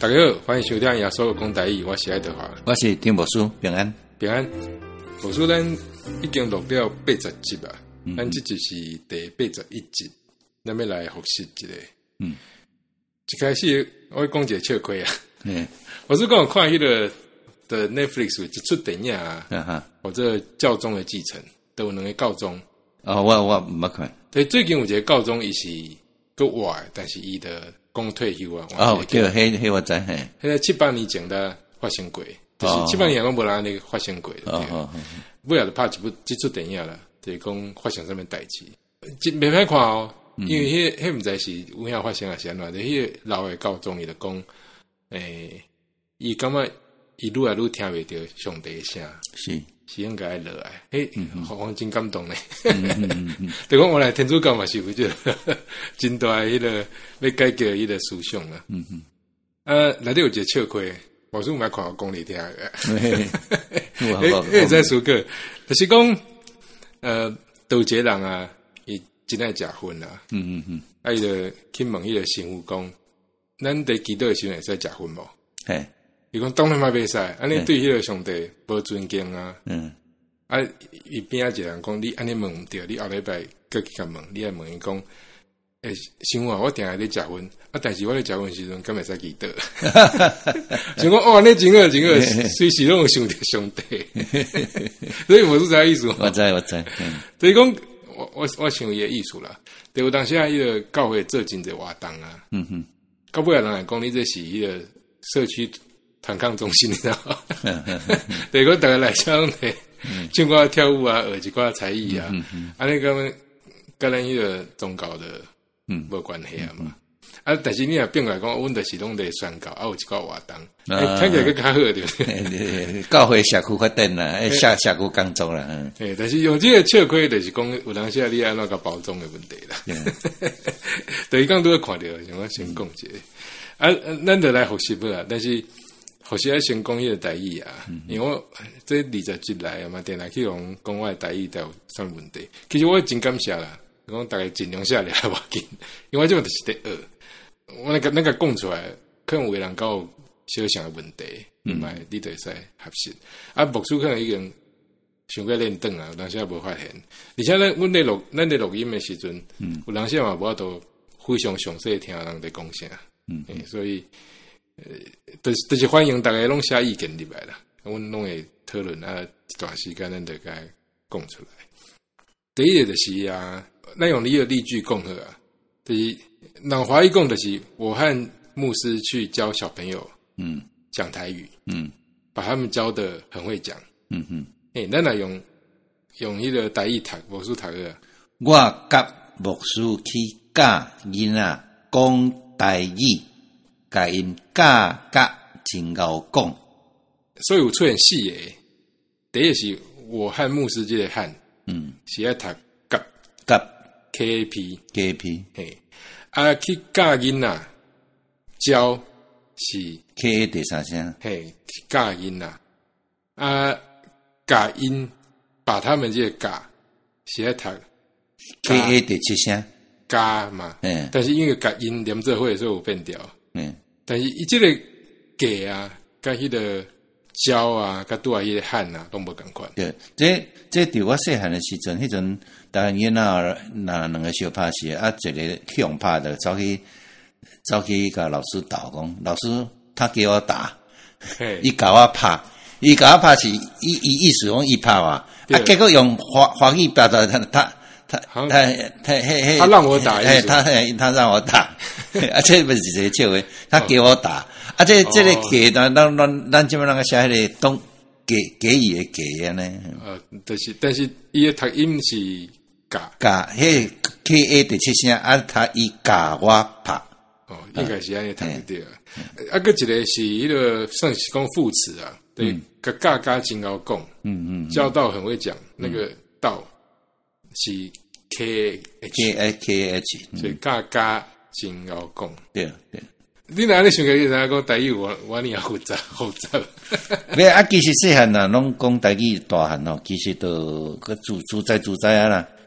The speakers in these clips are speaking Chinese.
大家好，欢迎收听耶稣讲台语，我是爱德华， 我是丁博士，平安平安。博士，咱已经录了80集啊，咱这集是第81集，咱要来复习一个。一开始我讲一个笑亏啊，我是讲看迄个的 Netflix 有一出电影啊，或者教宗的继承，都有两个教宗。 哦，我唔捌看。 对，最近有一个教宗，伊是个活的，但是伊的讲退休啊。 哦，叫迄我知嘿。 迄个7-8年前的发生过，就是7-8年前讲无人安尼发生过。尾后就拍这出电影啦，就是讲发生什么代志，袂歹看哦。因为迄毋知是有影发生还是安怎，就迄个老的教宗伊就讲，伊感觉伊愈来愈听袂到上帝的声，是应该落来，我真感动咧。就讲我来天主教嘛是有这真大迄个要改革迄个思想啦。内底有一个笑亏，我是毋捌看我讲你听诶。会在说个，就是讲有一个人啊，伊真爱食薰啦。啊，伊就去问迄个神父讲，咱伫祈祷诶时阵会使食薰无？伊讲当然嘛袂使，安尼对迄个上帝无尊敬啊。啊，伊边仔一个人讲，你安尼问毋对，你后礼拜搁去甲问，你爱问伊讲，神父啊，我定下咧食薰，啊，但是我咧食薰时阵，敢会使祈祷？想讲哦，那真好，随时拢有想着上帝，所以无是啥意思。 我知。 所以讲，我想伊个意思啦。对，有当时啊，迄个教会做真侪活动啊。到尾啊，人来讲，你这是迄个社区团康中心，你知道吗？对，讲大家来唱的，唱歌跳舞啊，学一寡才艺啊，安尼跟咱迄个宗教的无关系啊嘛。啊，但是你若变来讲，阮就是拢在宣告，啊，有一寡活动，看起来更较好对。 教会社区发展啦，社区工作啦。 但是用这个笑亏，就是讲有当时你安怎个包装的问题啦。就是讲都会看到，像我先讲一个。啊，咱就来复习不啦？但是复习要先讲迄个台语啊，因为我这20集来啊嘛，电来去讲我的台语都有啥问题。其实我真感谢啦，讲大家尽量下来无要紧，因为我这就是在学。我那个讲出来，可能有人搞小想的问题，买你就会使合适。啊，牧师可能已经想要练凳啊，有当时也无发现。而且阮咧录音的时阵，有当时嘛无法度非常详细听人在讲啥。所以就是欢迎大家拢写意见入来啦，阮拢会讨论啊，一段时间咱就该讲出来。第一个就是啊，咱用你的例句讲好啊，就是人华语讲就是我和牧师去教小朋友讲台语，把他们教得很会讲，咱来用迄个台语读，牧师读个。 我甲牧师去教囡仔讲台语，甲因教甲真够讲。 所以有出现4个，第一个是我和牧师这个汉，是爱读甲 KAP， 嘿。啊，去教囡仔教是 K 第三声， 嘿，教囡仔啊，教因把他们这个教是在读 K 第七声教嘛，但是因为教因连做伙所以有变调，但是伊这个教啊，跟迄个教啊，跟拄啊迄个汉啊，拢无共款。 对，这伫我细汉的时阵，迄阵大家囡仔那两个小拍戏啊，一个向拍的走去甲老师斗讲，老师他给我打，伊甲我拍是意思讲伊拍我，啊，结果用华语表达他让我打， 他让我打，啊，这不是一个笑话，他给我打，啊，这个给咱即摆那个写迄个东给予的给安尼， 但是伊的读音是教， 迄 K A 第七声啊，他伊教我拍， 应该是安尼读对啊。啊，个一个是迄个算是讲副词啊，对，教真够讲，教导很会讲，那个道是 K H， 所以教真够讲， 对。 你哪里想起人家讲台语，我你也复杂。 没啊，其实细汉呐，拢讲台语大汉哦，其实都个自在啊啦。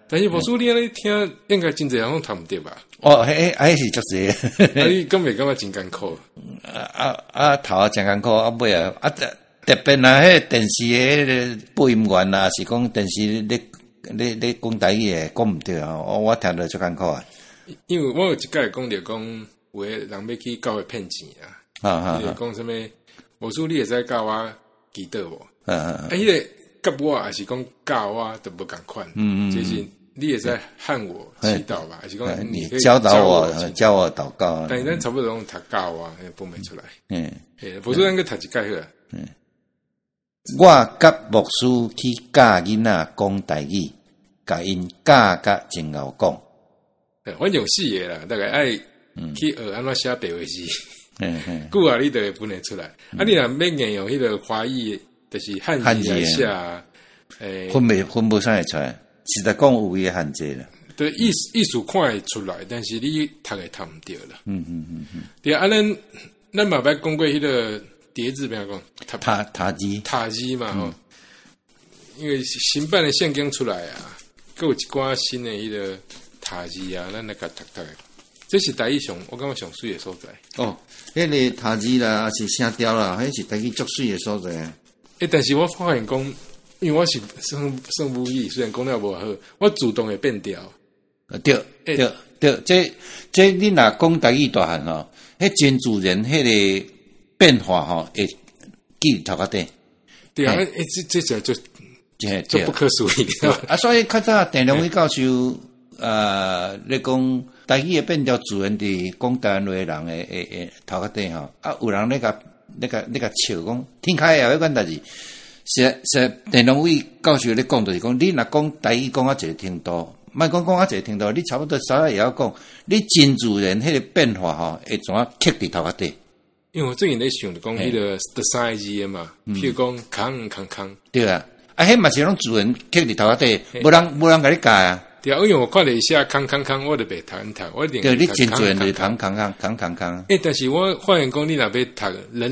但是无输你咧听，应该真侪人拢读毋对吧？ 哦，迄是足济。 啊，你感觉真艰苦？ 头啊真艰苦，尾啊特别啊，迄电视迄个播音员啊，是讲电视咧讲台语诶，讲毋对啊，我听着足艰苦啊。 因为我有一届讲着讲，有诶人要去教会骗钱啊，讲什么？无输你会使教我祈祷无？迄个甲我还是讲教我都无共款，就是你会使喊我祈祷吧，还是讲你可以教导我祷告。 但是咱差不多拢读教我，分袂出来。无输咱去读一届好啊。 我甲牧师去教囡仔讲台语，甲因教甲真敖讲。 反正四个啦，大概爱去学安怎写白话字。久啊，你就会分得出来。啊，你若要硬用迄个华语，就是汉字来写， 分不上会出来。实在讲有伊诶限制啦。 对，意思看会出来，但是你读会读毋对啦。对啊，咱嘛捌讲过迄个叠字，边讲塔字嘛吼。因为新版的圣经出来啊，佮有一寡新的迄个塔字啊，咱来甲读。这是台语我感觉上水的所在。 迄个塔字啦，还是声调啦，迄是台语足水的所在啊。 但是我发现讲，因为我是算母语，虽然讲了无好，我自动会变调。 对，这你若讲台语大汉吼，迄真自然，迄个变化吼，会记头壳底。 对啊，这就不可思议啊！所以较早陈良伟教授咧讲台语诶变调自然伫讲台湾话人诶头壳底吼，啊有人咧甲笑讲听开啊，迄款代志。是陈良伟教授咧讲就是讲，你若讲台语讲啊一个程度，莫讲啊一个程度，你差不多稍微也要讲，你真自然迄个变化吼，会怎啊刻伫头壳底。 因为我最近咧想着讲迄个三个字嘛，譬如讲康， 对啊，迄嘛是拢自然刻伫头壳底，无人甲你教啊。 对啊，因为我看了一下康，我就袂读，我一定对你真自然就康。 但是我发现讲你若要读人，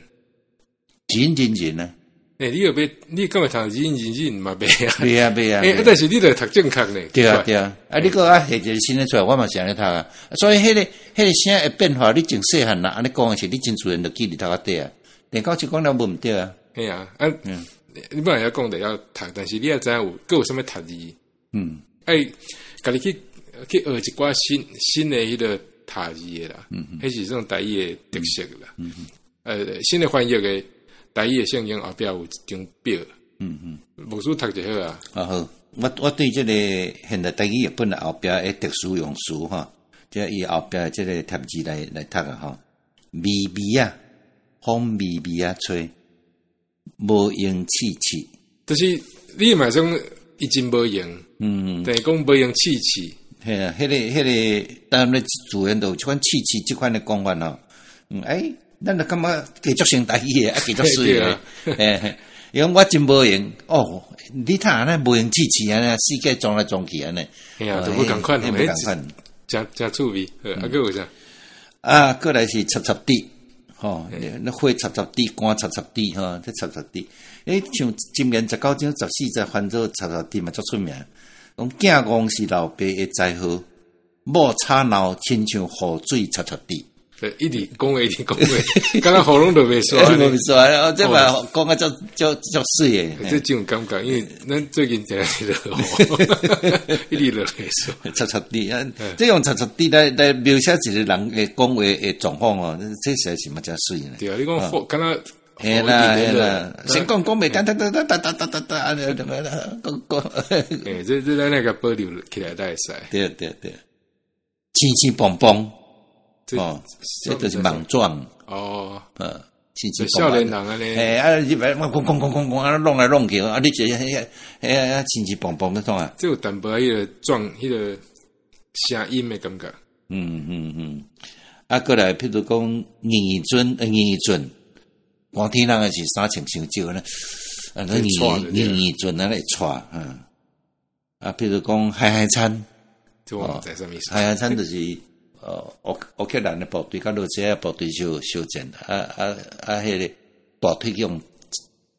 人啊。 你干嘛读人嘛袂啊？ 袂啊。 但是你得读正确呢。 对啊。啊，你个下一个新的出来，我嘛是安尼读啊。所以迄个声的变化，你真细汉啦，安尼讲的是你真自然就记伫头壳底啊。连到就讲了无毋对啊。 嘿啊，你本来要讲的要读，但是你要知影有什么读字。家己去学一寡新的迄个读字的啦。迄是这种台语的特色啦。新的翻译的。台语的圣经后壁有一张表，无书读就好啊。 好，我对这个现代台语日本后壁的特殊用词哈，即伊后壁这个贴字来读啊哈，微啊，风微啊吹，无用气， 就是你嘛讲伊真无用，但是讲无用气。 嘿啊，迄个，当然自然都有即款气即款的讲法吼，咱就感觉继续成台语诶，继续水诶。因为我真无用你睇安尼无用气安尼，世界撞来撞去安尼。 都不共款，真趣味。还有啥？ 过来是插地，那花插地，干插地，这插地。像今年19章14节翻做插地嘛，足出名。讲囝公是老爸诶灾祸，某吵闹亲像雨水插地。 一直讲话，刚刚喉咙都袂刷， 这嘛讲啊，足水诶。 这种感觉，因为咱最近真系落，一直落袂刷。 插地啊，这用插地来描写一个人诶讲话诶状况哦，这实在是嘛真水呢。 对啊，你讲刚刚嘿啦，先讲袂简单，安尼讲。 这咱那个保留起来才会使。 对，青蹦蹦。这就是莽撞少年人啊呢？ 你别讲，弄来弄去你这亲戚蹦蹦那种啊， 这有淡薄迄个撞，迄个声音的感觉。 过来，譬如讲言准，光天人是3穿伤少呢，言准来带譬如讲海餐，海餐就是。乌克兰的部队甲罗西亚部队相战，迄个大腿用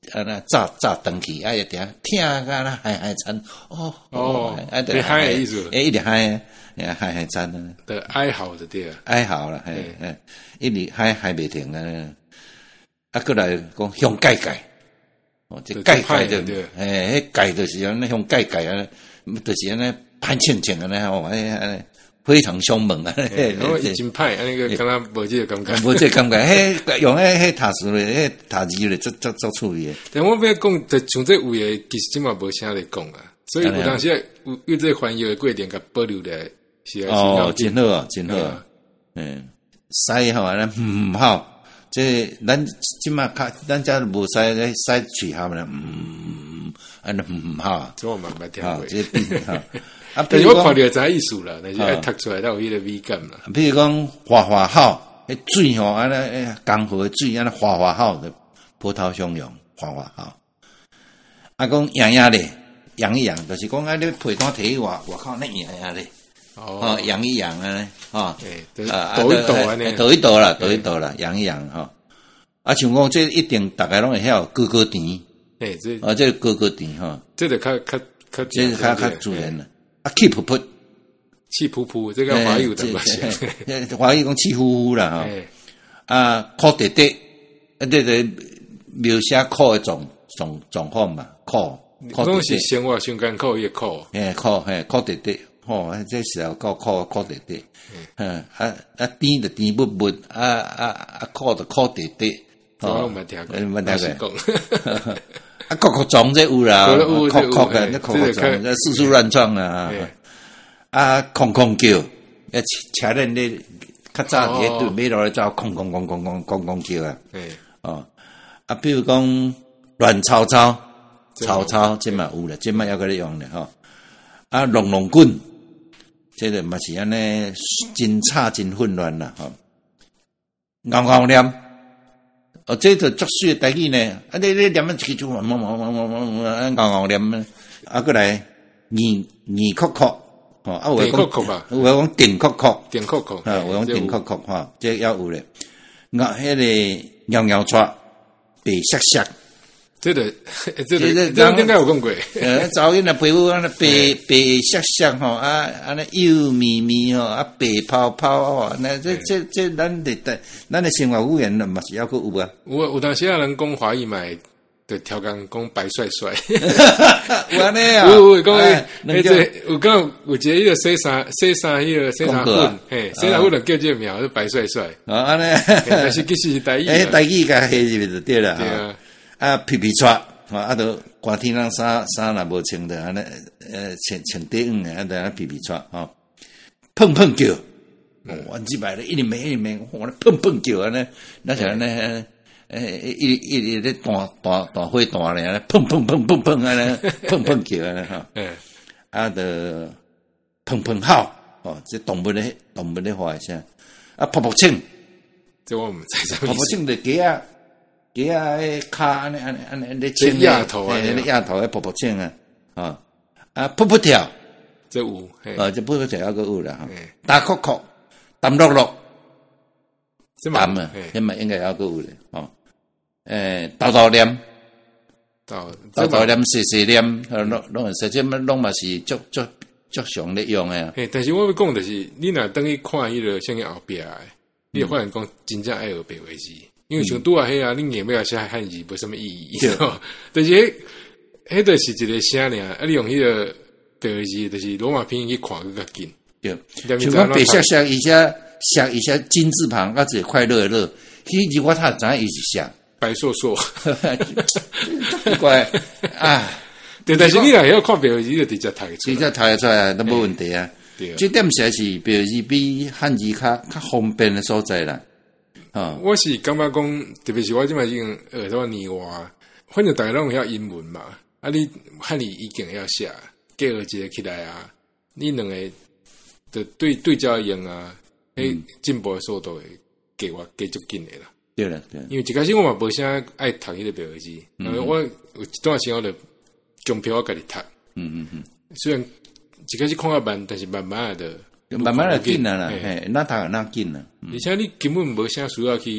那炸登去，一定听个那嗨惨你嗨的意思， 一直嗨嗨惨的哀嚎的对啊， 哀嚎啦，一直嗨袂停啊，过来讲向改，这改就对，迄改就是安尼向改啊，就是安尼潘庆庆安尼非常凶猛啊！ 然后一真歹，那个刚刚无这个感觉， 无这感觉，用迄读书咧，读字咧，做趣味。 但我要讲，就像这有诶，其实即嘛无啥咧讲啊，所以有当时有这翻译的过程，甲保留咧，是哦，真好啊，真好啊，使吼安尼好，这咱即嘛咱遮无使咧使取下咧，安尼好， 这我慢慢听过， 这哈。 但是我看到知意思啦，但是爱读出来，才有迄个美感啦。 比如讲花好，迄水吼，安尼江河的水，安尼花好的波涛汹涌，花好。讲养咧，养一养，就是讲你配单摕去外口那养咧，养一养啊， 抖一抖安尼， 抖一抖啦，养一养哈。像讲这一定大家拢会晓哥甜，这哥甜哈， 这就较这较自然啦。气噗噗， 气噗噗，这个华语有怎么写？ 华语讲气呼呼啦哈。苦滴滴，对，描写苦的状况嘛，苦拢是生活上艰苦也苦。 苦滴滴，这时候够苦滴滴。甜就甜不不，苦就苦滴滴。 我冇听过， 国壮这有啦，国的那国壮，四处乱撞啦，空叫，车轮咧，较早伫对马路咧走，空叫啊，比如讲乱草，这嘛有啦，这嘛要搁咧用咧龙滚，这个嘛是安尼，真差真混乱啦，拗念。这就作水的台语呢，你念啊一句拗念，过来二哭哭， 有讲吧， 有讲定哭哭， 有讲定哭哭这要有咧，迄个尿刷白色色， 这应该有讲过， 早因啊皮肤安尼白色色安尼幼咪咪白泡泡那这咱的生活语言嘛是要个有啊。 有当时有人讲华语嘛，就调讲讲白帅帅， 有安尼啊？ 有讲有讲有一个迄个洗衫迄个洗衫粉，洗衫粉就叫这个名是白帅帅。 安尼， 但是其实是台语， 台语甲黑入面就对了。 对啊，皮刷，都寒天人衫若无穿的，安尼穿短的，安皮刷碰叫，万几百的，一年没，我碰叫安尼，那像安尼，一咧大火大咧，碰安尼，碰叫安尼的碰好，这动物咧话一下，噗清， 这我唔知啥意思。 噗清的鸡啊，骹安尼清压头啊， 压头噗清啊，噗跳， 这有， 这噗跳还个有啦哈，打哭哭，淡落落，淡啊，这嘛应该还个有咧，叨念，叨念细念，拢这拢嘛是足常咧用诶。 但是我要讲的是，你若等于看迄个像后壁诶，你会发现讲真正爱学白话字，因为像拄啊迄啊，你硬要写汉字无什么意义，但是迄就是一个声尔，你用迄个白话字，就是罗马拼音去看更较紧。 对，像讲白写写一下金字旁，一个快乐的乐，迄字我他知影伊是写白硕硕， 奇怪啊！ 对，但是你若要看白话字，就直接读出来，都无问题啊。这点实是白话字比汉字较方便的所在啦。 我是感觉讲，特别是我即摆已经学到年话，反正大家拢晓英文嘛，你汉字已经要写，结合一个起来啊，你两个的对照用啊，进步的速度会加足紧的啦。 对了， 因为一开始我嘛无啥爱读迄个白话字，我有一段时间我就强迫我家己读。虽然一开始看较慢，但是慢慢的紧啦，那读那紧啦。 而且你根本无啥需要去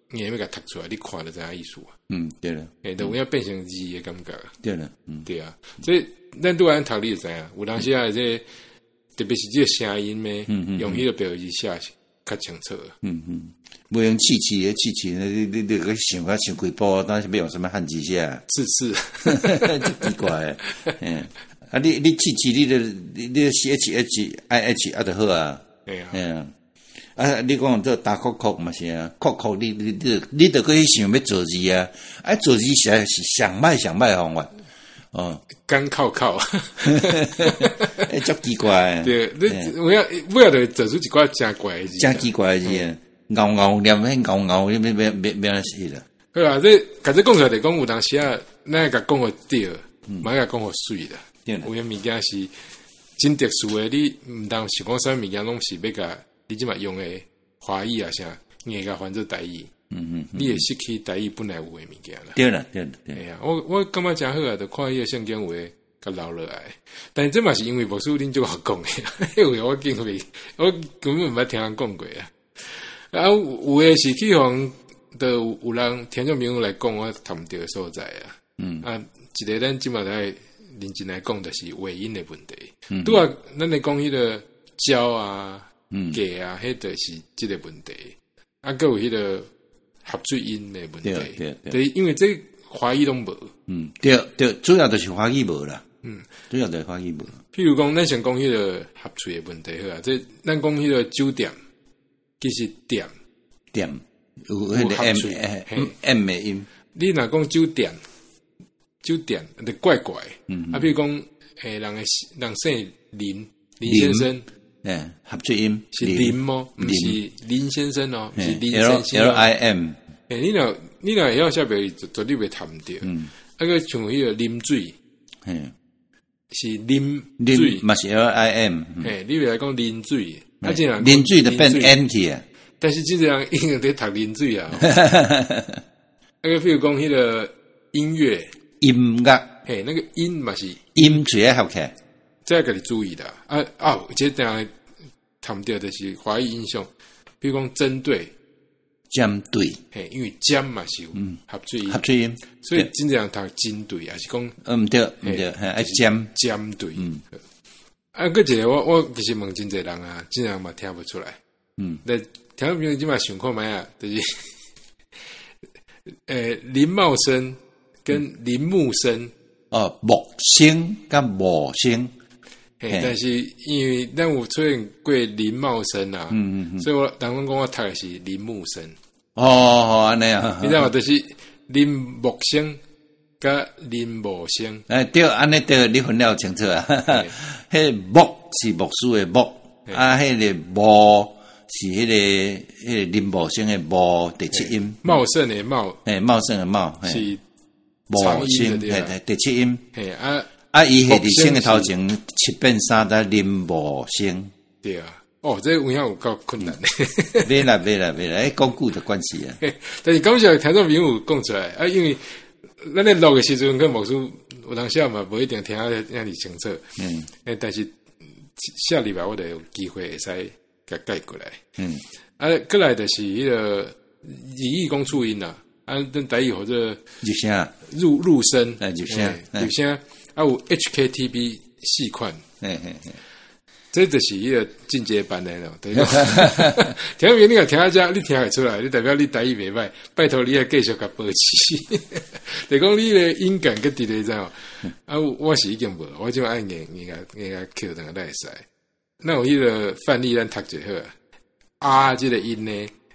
硬要甲读出来，你看就知影意思啊。 对了， 就有影变成字的感觉。 对了， 对啊，所以咱拄仔读你就知影，有当时啊，这特别是这个声音咩，用迄个标字写是较清楚。 无用气气，你个想啊想几步，但是要用什么汉字写？ 字， 奇怪诶。你气，你CHH IH 就好啊。你讲这打扣嘛是啊，扣你得去想要做字啊，做字是想歹方法。 干靠， 足奇怪。 对，你我要就做出一寡真怪的字， 真奇怪的字，拗念迄拗，你别死了。 好啦，这甲这讲出来就讲有当时啊，咱甲讲互对，莫甲讲互水啦。有诶物件是真特殊诶，你毋当想讲啥物件拢是要甲你即马用诶华语啊啥，硬甲翻做台语。你会失去台语本来有诶物件啦。 对啦。 哎呀，我感觉真好啊，就看迄个圣经话甲留落来。但这嘛是因为牧师恁就好讲诶，因为我经历，我根本毋捌听人讲过啊。啊，有诶是去互都有人听众朋友来讲我谈唔到诶所在啊。一个咱即马来认真来讲，就是尾音的问题。拄啊，咱来讲迄个交啊、给啊，迄就是即个问题。啊，还有迄个合水音的问题。对，因为这华语拢无。 对，主要就是华语无啦。主要就是华语无。 譬如讲，咱先讲迄个合水的问题好啊。这咱讲迄个酒店，其实店有迄个 M 的音。 你若讲酒店就怪怪。譬如讲，人姓林先生， 合水音是林吗？不是林先生哦，是林先生。 LIM。 你若会晓写标语，绝对袂谈着。那个像迄个啉水，是啉水， 嘛是 LIM。 你袂来讲啉水， 啉水就变 N 去啊。 但是真正人应该在读啉水啊。那个譬如讲迄个音乐。 音乐， 那个音嘛是音嘴合起来， 这要给你注意的这当然谈到的是华语音像，比如讲针对、 针对， 因为针嘛是有合水音，所以真正读针对还是讲毋对，爱针对。个一个我其实问真侪人啊，真人嘛听不出来。但听众朋友即嘛想看觅啊，就是林茂生。跟林木生木生跟木生， 但是因为咱有出现过林茂生啊，所以我人讲我读的是林木生。 安尼啊， 你知道就是林木生跟林木生。 对，安尼对，你分了清楚啊。迄木是木树的木，迄个木是迄个林木生的木第七音。 茂盛的茂， 茂盛的茂是。 木生第七音，伊迄伫声的头前7变3的林木生。 对啊，这有影有够困难。 袂啦，讲久的关系啊。 但是感谢听众朋友讲出来因为咱咧录的时阵跟牧师有当时嘛无一定听遐尼清楚。但是下礼拜我就有机会会使甲改过来。过来就是迄个语义公促音啦。等台语或者入声，入声，有 HKTP 四款，这就是一个进阶版的咯。听明你个听下你听得出来，你代表你台语袂歹，拜托你要继续甲保持。就讲你的音感跟伫咧怎我是已经无，我就爱硬个 Q 等个来使。那有迄个范例咱读就好这个音呢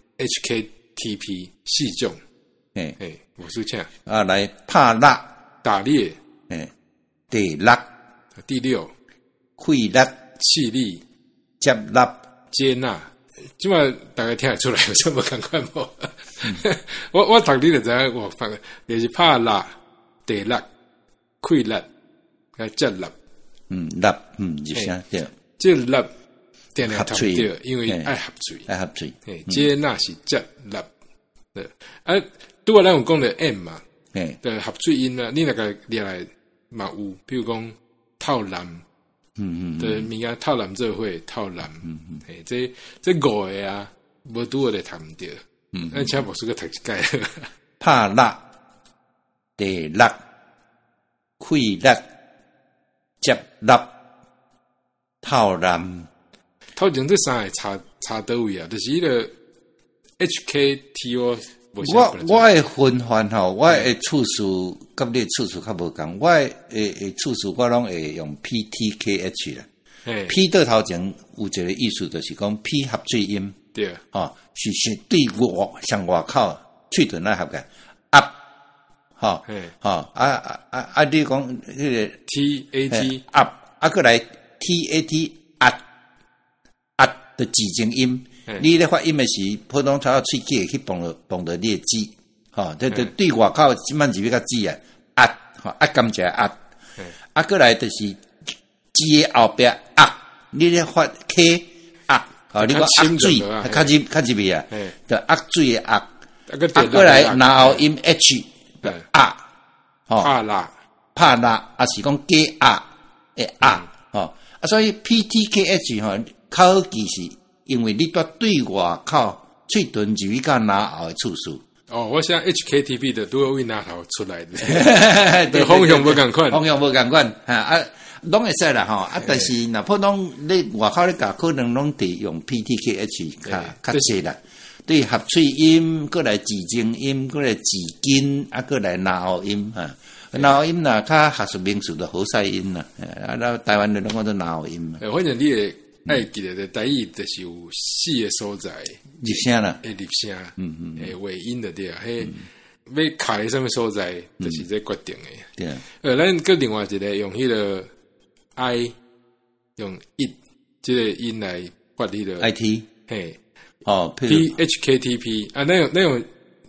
HKTP 四种。我是请来拍蜡打猎， 第六开蜡气力接纳接纳，即嘛大家听得出来有什么感觉无？我读你就知影，我放就是拍蜡、第蜡、开蜡、接纳， 蜡，一声对， 这蜡定定读对，因为爱合嘴，接纳是接纳，拄啊，咱有讲的 M 嘛，的合水音啊，你那个列来嘛有，比如讲套蓝，的物件套蓝做伙套蓝，这五个啊，无拄好来谈着， 咱请博士个读一解。 拍蜡、地蜡、开蜡、接蜡、透蓝。 头前这三个差倒位啊？就是迄个 HKTO。 我诶分法吼，我诶次数甲你次数较无共，我诶次数我拢会用 PTKH 啦。P 倒头前有一个意思，就是讲 P 合喙音， 对， 是对上外口喙唇来合个 up， 你讲迄个 TAT up， 过来 TAT up 的字正音。你咧发音诶时，普通操喙齿会去碰到你诶指，这对外口即满是比较指甘蔗过来就是指诶后壁你咧发 K 你讲水较入去啊，就水诶过来然后音 H 怕辣， 啊是讲加诶所以 PTKH 考记是。因为你对外口喙唇入去到哪后的次数。 我想 HKTP 的都会为哪头出来的，对，方向无共款， 拢会使啦但是若普通你外口咧教，可能拢得用 PTKH 较济啦。对合喙音，过来字正音，过来字根，过来哪后音哪后音呐，较学术名词就好塞音啦。台湾人拢讲做哪后音嘛。 反正你会爱记得的台语就是有4个所在， 入声啦， 入声，尾音的对啊，要卡在什么所在，就是这决定的。对，咱个另外一个用迄个 I 用 it 这个音来发迄个 IT， PHKTP 那种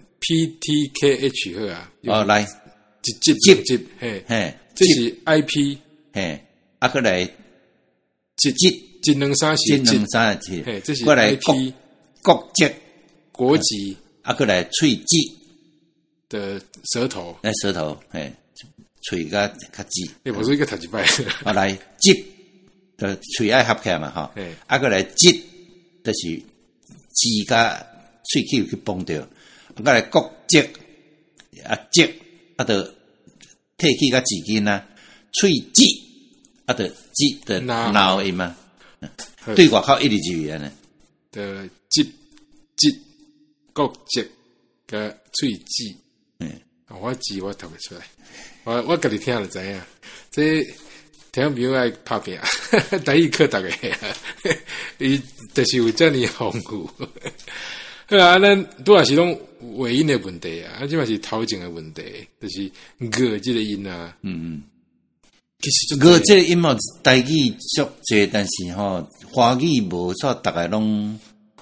PTKH 好啊， 来接，这是 IP， 过来一两三是这是过来国籍国籍过来喙齿的舌头， 喙甲较直。 我说一个读一摆。 来接的喙爱合起来嘛过来接就是指甲喙齿去碰到，过来国籍接就提起甲字根喙齿就指的脑音嘛。对外口一直入去呢。 的接国籍甲喙齿。我字我读不出来，我家己听就知影，这听朋友爱拍拼，台语课逐个，伊就是有遮尔丰富。好啊，咱拄也是拢尾音的问题啊，即嘛是头前的问题，就是个这个音啊。其实个这个音嘛，台语足济，但是华语无错，大概拢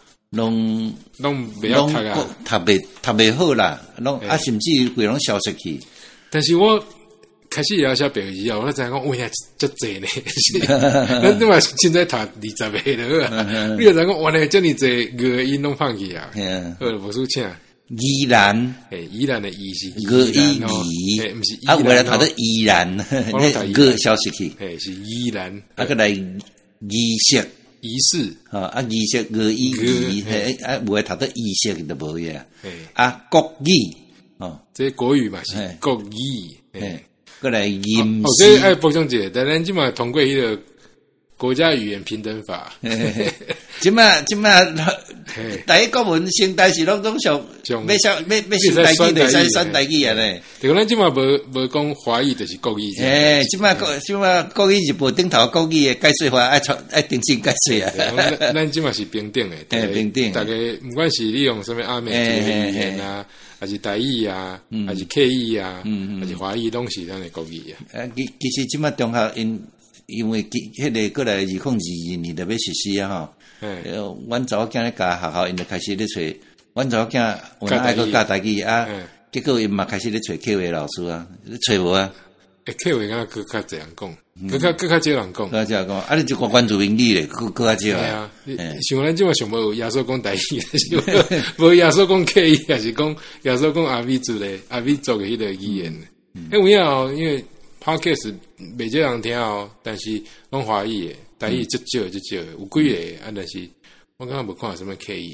袂晓读啊， 读袂好啦，甚至规拢消失去。 但是我开始了写白字啊，我才讲，哇呀，足济呢！咱嘛现在读20个了，你就知讲，哇嘞，遮尔济个音拢放弃啊。好，无输请。 宜兰， 宜兰的宜是个宜， 不是宜兰。 为了读的宜兰，个消失去。 是宜兰。 过来仪式。 仪式仪式个仪，为读的仪式就无呀。国语这国语嘛是国语。 过来吟诗。 这爱补充一下，但咱即马通过迄个国家语言平等法。 即马第一国文升台是拢上，要上台语就使选台语啊咧。 就咱即马无讲华语就是国语。 即马国语是无顶头国语的解说法，爱重新解说啊。 咱即马是平等的， 平等。 大家不管是你用什么阿美族语言啊，还是台语啊，还是客语啊，还是华语，拢是咱的国语啊。 其实即马中学因为迄个过来2022年就要实施啊阮查某囝咧教学校，因就开始咧找，阮查某囝有哪爱个教台语结果因嘛开始咧找客话老师找无啊？ 客话敢佫较济人讲，佫较少人讲， 佫少人讲，你就讲原住民语咧，佫较少啊。像咱即马上无耶稣讲台语，无耶稣讲客语，还是讲耶稣讲阿美族的迄个语言。有影因为 Podcast 袂少人听但是拢华语的，台语足少，有几个但是我感觉无看到什么客语的。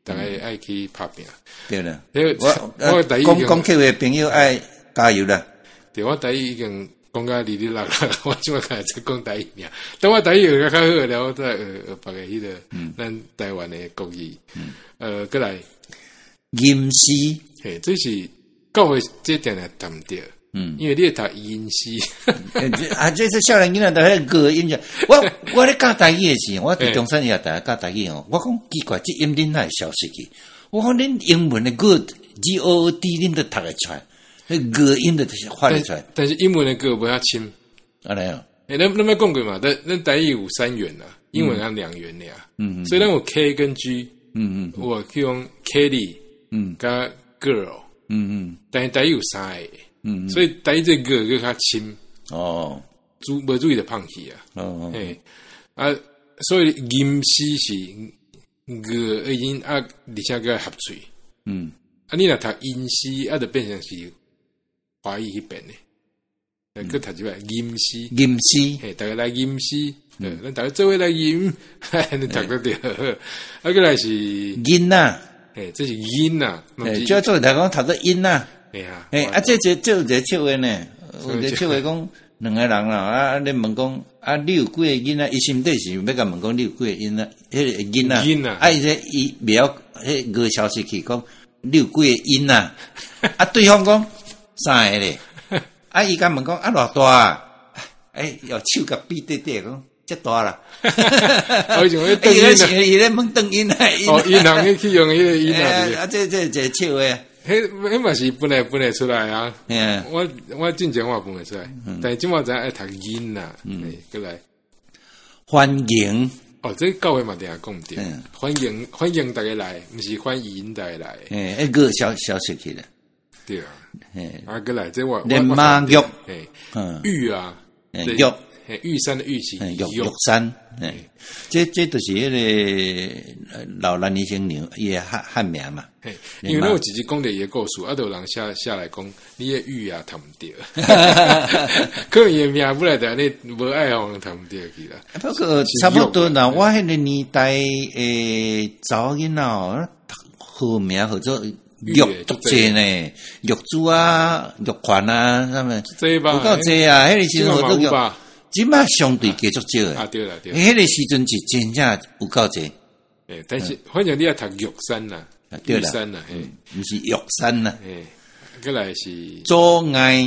大家爱去拍拼。 对了， 我第一讲客的朋友爱加油啦。 对，我第一已经讲到哩哩啦，我即马开始讲台语尔。等我台语学较好了，我再学别个迄个咱台湾的国语。过来吟诗， 嘿，这是教会这点来谈着。因为你读吟诗， 这是少年囡仔都迄个音乐。我咧教台语的时候，我伫中山也大家教台语哦。我讲奇怪，这音恁哪会消失去？我讲恁英文的 good，G-O-O-D 恁都读得出来，迄个音都发得出来。 但是英文的歌不要轻， 安尼啊？ 咱没讲过嘛？咱台语有3元啦，英文按2元俩。所以咱有 K 跟 G， 我去用 Kelly， 加 girl， 但是台语有3个。所以台语这个更较轻哦，无注意的放弃啊，嘿所以吟诗是个音啊，而且个合嘴，你若读吟诗啊，就变成是华语迄边的，个读一摆吟诗，嘿，大家来吟诗，咱大家做伙来吟，你读得着，啊，个来是音呐， 嘿，这是音呐， 叫做来讲读个音呐。这有一个笑话呢，有一个笑话讲两个人啦，你问讲你有几个囡仔？伊心底是要甲问讲你有几个囡仔？迄个囡仔，伊袂晓迄个消息去讲你有几个囡仔？对方讲3个咧，伊甲问讲偌大啊？用手甲比对对讲。这大啦！ 我想要邓音啊， 伊咧问邓音啊， 银行去用迄个音啊， 这笑话。 迄嘛是本来出来啊！我进前我分会出来，但是今晚咱爱读音呐，过来欢迎这教会嘛定下讲着，欢迎大家来，毋是欢迎大家来。 个消失去了， 对啊，过来这我连马玉， 玉啊， 玉。 玉山的玉是玉山，这都是迄个老兰尼先牛伊汉名嘛。 因为我直接讲的伊个故事，都有人下来讲，你的玉啊谈唔着，可能伊的名不来的，你无爱互谈唔着去啦。 不过差不多啦，我迄个年代查囡仔好名叫做玉足济呢，玉珠啊、玉环啊，他们有够济啊，迄个时阵都叫。即摆相对继续少诶， 对啦， 迄个时阵是真正有够济。 但是反正你要读玉山啦， 对啦，毋是玉山啦。 过来是阻碍，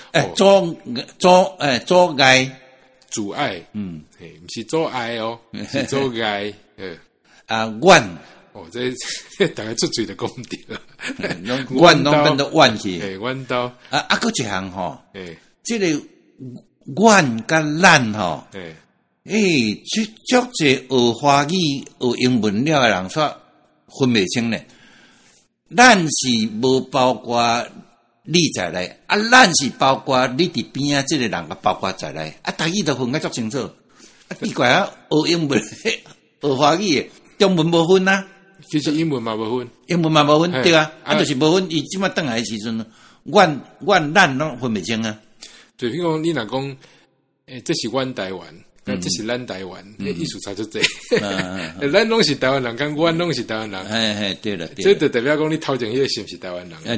阻碍， 阻碍，毋是阻碍哦，是阻碍， 怨。 这大家出嘴就讲着， 怨拢变做怨去， 怨到搁一项吼，这个。阮甲咱吼，足济学华语、学英文了的人煞分袂清咧。咱是无包括你在内，咱是包括你伫边即个人，包括在内。台语都分甲足清楚。奇怪学英文、学华语，中文无分啊。 其实英文嘛无分， 对啊，就是无分。伊即摆倒来的时阵，阮咱拢分袂清啊。 就比如讲，你若讲，这是阮台湾，这是咱台湾，意思差足济。咱拢是台湾人，跟阮拢是台湾人。 对了， 这就代表讲你头前迄个是毋是台湾人？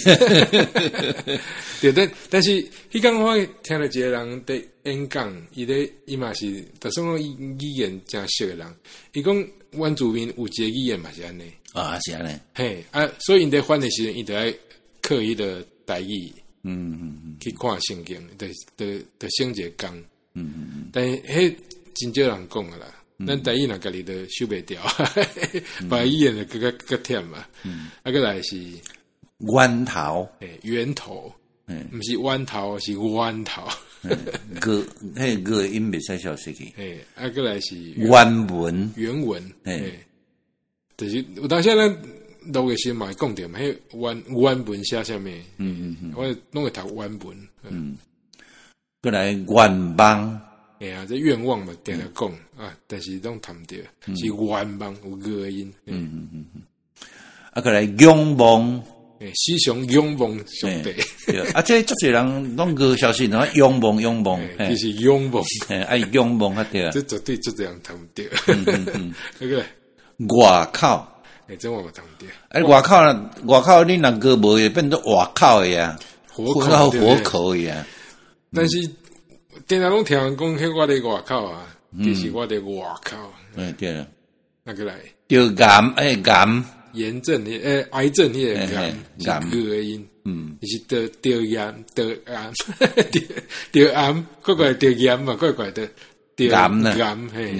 对，但是迄天我听了一个人在演讲，伊嘛是，就算讲语言真熟的人，伊讲原住民有一个语言嘛是安尼。 是安尼。 所以因在翻的时阵，伊就爱刻意的台语。去看圣经，就省一个工。但是迄真少人讲啦。咱台语若家己都受袂掉，把语言就更忝嘛。过来是源头， 源头，毋是源头，是源头。 个音袂使消失去。 过来是原文， 就是有当时咱。录的时嘛会讲着嘛，迄原文写啥物？我拢会读原文。 过来愿望， 这愿望嘛，定来讲啊，但是拢谈唔着，是愿望有个音。 过来仰望， 时常仰望上帝。 这足侪人拢个消息，然后仰望， 就是仰望， 仰望对啊。 这绝对足侪人谈唔着。 外口。 这我嘛当掉。 外口你若个无会变做外口的啊， 活口的啊。 但是电脑拢听人讲，迄我伫外口啊，其实我伫外口。 对了， 那个来， 得癌， 炎症癌症迄个癌是个音，是得癌，得癌，怪怪得癌嘛，怪怪的得癌嘿，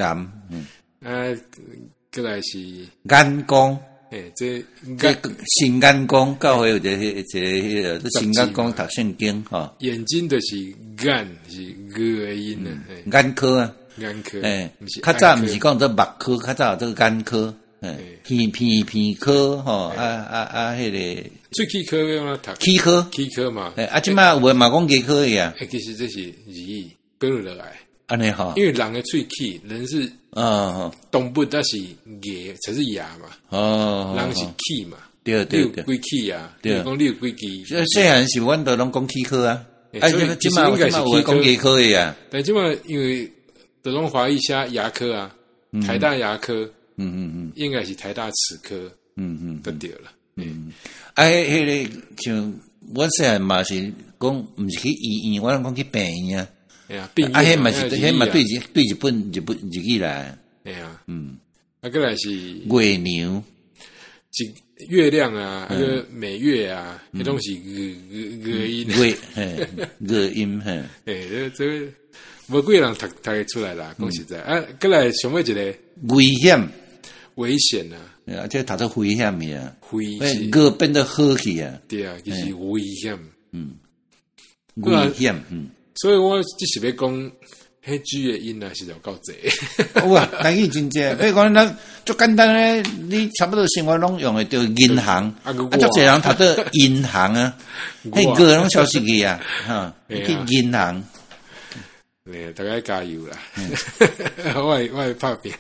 过来是眼光， 这心眼光，教会有一个心眼光读圣经哈。 眼睛的是眼是个音呢， 眼科啊， 眼科， 较早毋是讲做目科，较早做眼科，鼻科吼，迄个喙齿科要哪读？齿科嘛， 即摆有诶嘛讲牙科诶啊。 其实这是语跟落来， 安尼吼， 因为人的喙齿，人是动物，但是牙才是牙嘛，人是齿嘛， 对， 你有几齿啊？对，讲你有几齿？ 细汉时阮都拢讲齿科啊，即摆有讲牙科诶啊， 但即摆因为都拢华裔写牙科啊，台大牙科，应该是台大齿科，就对了， 迄个像阮细汉嘛是讲，毋是去医院，我拢讲去病院啊。迄嘛是，迄嘛对日本日语来。 过来是月娘， 月亮啊，个每月啊，迄种是音， 月音嘿。 这无几个人读得出来啦，讲实在过来上尾一个危险啊， 这读做危险的啊， 个变得好去啊， 对啊，就是危险， 危险， 所以我只是要讲，迄句的音啊是有够济。 哇，台语真济，比如讲咱最简单诶，你差不多生活拢用诶着银行，足侪人读到银行啊，迄个拢消失去啊，哈，去银行。 大家加油啦！我会拍拼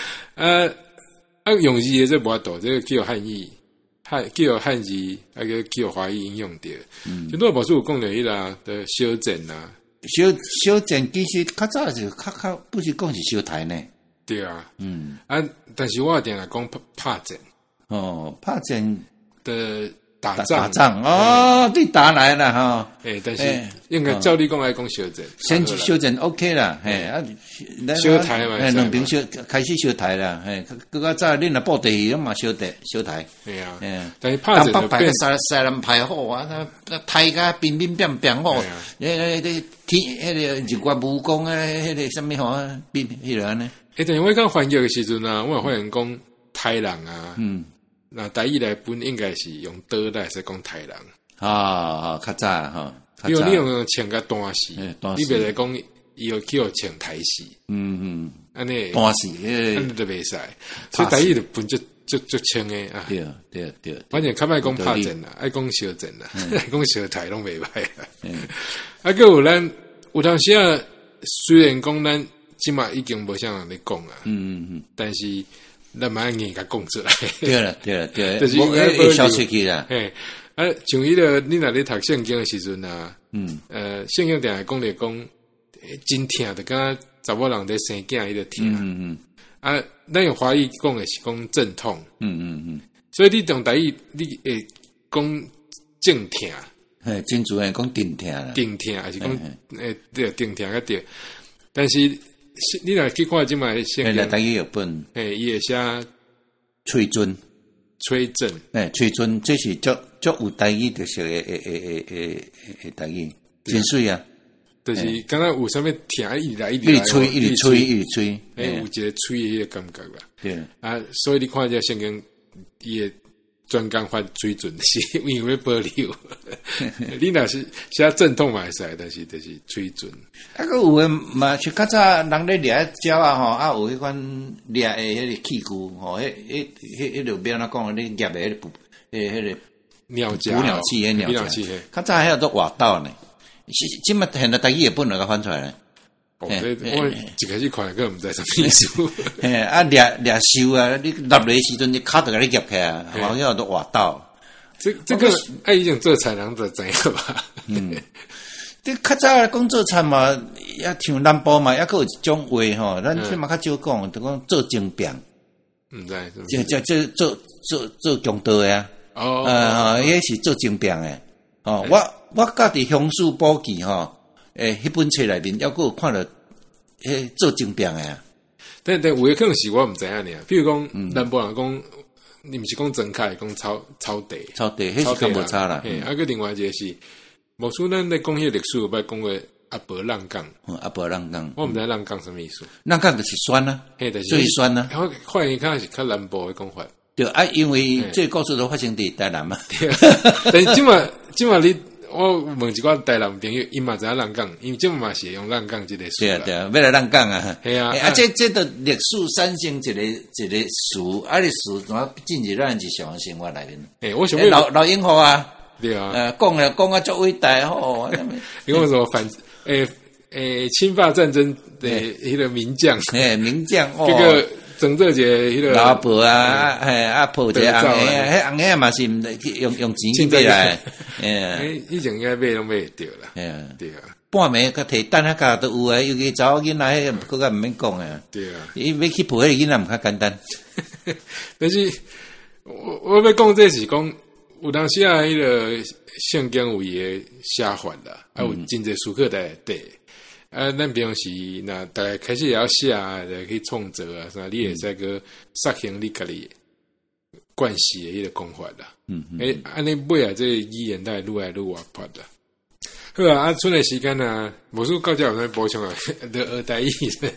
用字的这无法度，这个叫汉语，叫汉字，个叫华语应用着。就多保守讲着迄啦的修正啦， 修正其实较早是较不是讲是修台呢。 对啊，但是我定来讲拍战， 拍战的打仗对打来了哈。 但是应该照理讲来讲修正， 先去修正 OK 啦， 修台嘛， 两边开始修台啦，更加早恁若布地伊嘛修台， 对啊，但是拍战就变西南排好啊，台甲乒乒乓乓好，天迄个日月武功啊，迄个什么吼啊，迄个安尼。 但是我刚翻译的时阵啊，我发现讲台人啊，那台语来本应该是用刀来是讲台人较早哈。 比如你用唱个单词，你别来讲有叫唱台词，安尼单词， 安尼都袂使，所以台语就本就唱诶啊。 对， 反正较爱讲拍阵啦，爱讲小阵啦，爱讲小台拢袂歹啊。个有咱有当时啊，虽然讲咱即马已经无啥人咧讲啊，但是咱嘛硬甲讲出来。 对了，就是会消出去啦。 像迄个你若咧读圣经诶时阵啊，圣经定来讲咧讲，真疼的，敢查某人咧生囝伊就疼。咱用华语讲诶是讲阵痛。所以你用台语你会讲正疼， 真主要讲定疼啦， 定疼还是讲对定疼个对。但是你若去看即卖圣经， 台语有本， 伊会写吹准。 吹震， 吹准，这是足有台语的时候诶台语，真水啊！ 就是刚刚有啥物听一直吹，有一个吹的迄个感觉啦。 对所以你看这圣经，伊会专讲发水准是因为保留。你若是写阵痛嘛会使，但是就是水准。 个有诶嘛，像较早人咧掠鸟啊吼，有迄款掠诶迄个器具吼，迄路边仔讲咧夹诶迄个鸟夹捕鸟器，鸟器，较早还有做活刀呢。即嘛现在台语也本来甲翻出来咧。 我一开始看个毋知啥意思。 掠兽啊，你立落时阵，你骹就甲你夹起啊，好像都活刀。 这个已经做菜人就知影吧。 你较早讲做菜嘛，也像南部嘛，也有一种话吼，咱即嘛较少讲，就讲做精饼。 唔知， 做强盗的啊。迄是做精兵的。我家己乡属补给吼，迄本册内面还佫有看到，做精兵的啊。 但有诶可能是我毋知影尔，比如讲，南部人讲，你毋是讲真开，讲草地， 迄是较无差啦。 个另外一个是，无说咱咧讲迄历史，有捌讲过阿伯浪杠， 阿伯浪杠， 我毋知浪杠什么意思。 浪杠就是酸啊，最酸啊。 我发现看是较南部诶讲法。 对啊，因为这故事都发生伫台南嘛。 但是即嘛我问一寡台南朋友，伊嘛知影浪杠，因为即嘛是用浪杠即个词。 对啊，要来浪杠啊。 系啊， 这都历史产生一个词，你词怎么进入咱日常生活内面？ 我想老英豪啊， 对啊， 讲啊足伟大吼。 因为什么侵华战争的迄个名将， 名将这个。整这个迄个老婆啊，抱一个红个，迄红个嘛是用钱去买来， 以前应该买拢买得着啦，对啊， 半暝甲摕等下都有诶，尤其查某囡仔迄个，佫毋免讲诶， 对啊， 伊要去抱迄个囡仔毋较简单。 但是我要讲这是讲，有当时啊，迄个圣经有伊诶写法啦，有真侪书课在底。咱平时那大概开始也要写啊，去创作啊，啥你会使个实行你家己惯习的迄个讲法啦。安尼尾啊，这个语言带愈来愈活泼啦。好啊，剩的时间啊，无说到这有啥补充啊？的二代意思。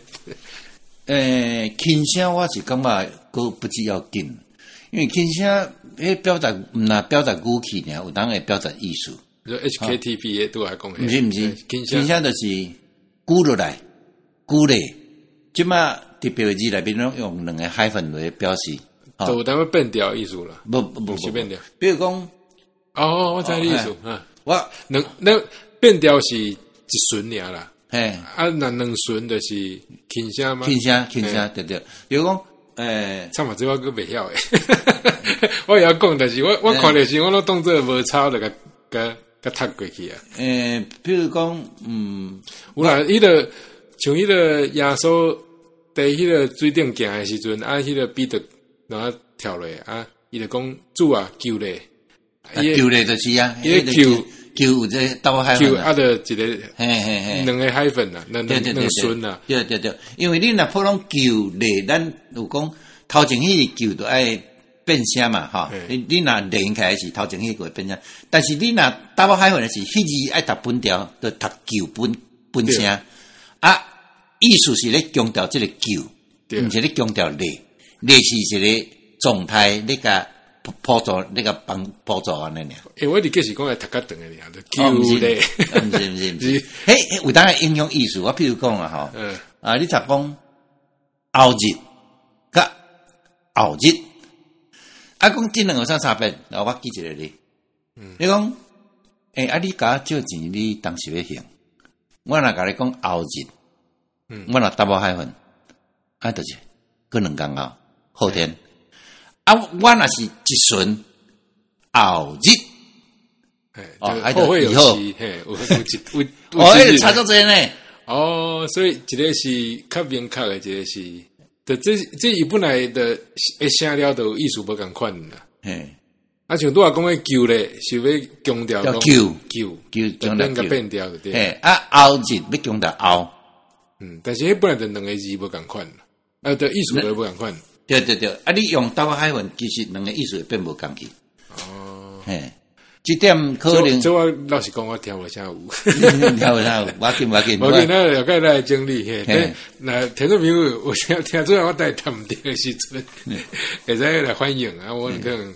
轻声我是感觉佫不只要紧，因为轻声迄表达毋若表达语气尔，有当会表达意思。 就 HKTP 都来讲， 毋是，轻声就是。鼓落来，鼓励，即马特别字内面拢用两个hyphen来表示， 就当要变调意思啦。不是变调。 比如讲， 我知你意思啊。我那变调是一顺尔啦。那两顺就是轻声吗？ 轻声，对。比如讲， 差嘛，这我佫袂晓诶。我也要讲，但是我看的是我拢当做无抄的个读过去啊。 比如讲， 有啦，迄个像迄个耶稣在迄个水顶行的时阵，迄个彼得然后跳落啊，伊就讲主啊，救咧， 救咧就是啊， 伊个救有这刀海粉啊，就一个两个海粉啦，两顺啦， 对，因为你若普通救咧，咱有讲头前迄个救都爱。变声嘛，你若连起来是头前迄个变声，但是你若打包海粉的是迄字爱读本调，就读旧本声啊，意思是咧强调这个旧，毋是咧强调咧是一个状态，你甲辅助，你甲帮辅助安尼尔。 我理解是讲来读较长诶尔，就旧咧， 毋是，有当个影响意思。我譬如讲啊，你读讲后日甲后日。讲这两个啥差别？我记一个咧。你讲，你甲我借钱，你当时要还。我若甲你讲后日，我若打包海粉，就是过两工后天。我若是一顺后日， 后会有期， 有差足侪呢。 所以一个是较明确的，一个是。这伊本来的声了都意思无共款啦。像拄仔讲诶救咧，是要强调救，变调的对。 后日要强调后。 但是迄本来的两个字无共款，的意思都无共款。 对。你用刀海粉，其实两个意思会变无共去。这点可能。 这我老实讲，我听无啥有。 听无啥有，我紧。 我紧，那了解咱的经历。那听众朋友，我听出来我带谈唔对的时阵，会使来欢迎啊！我可能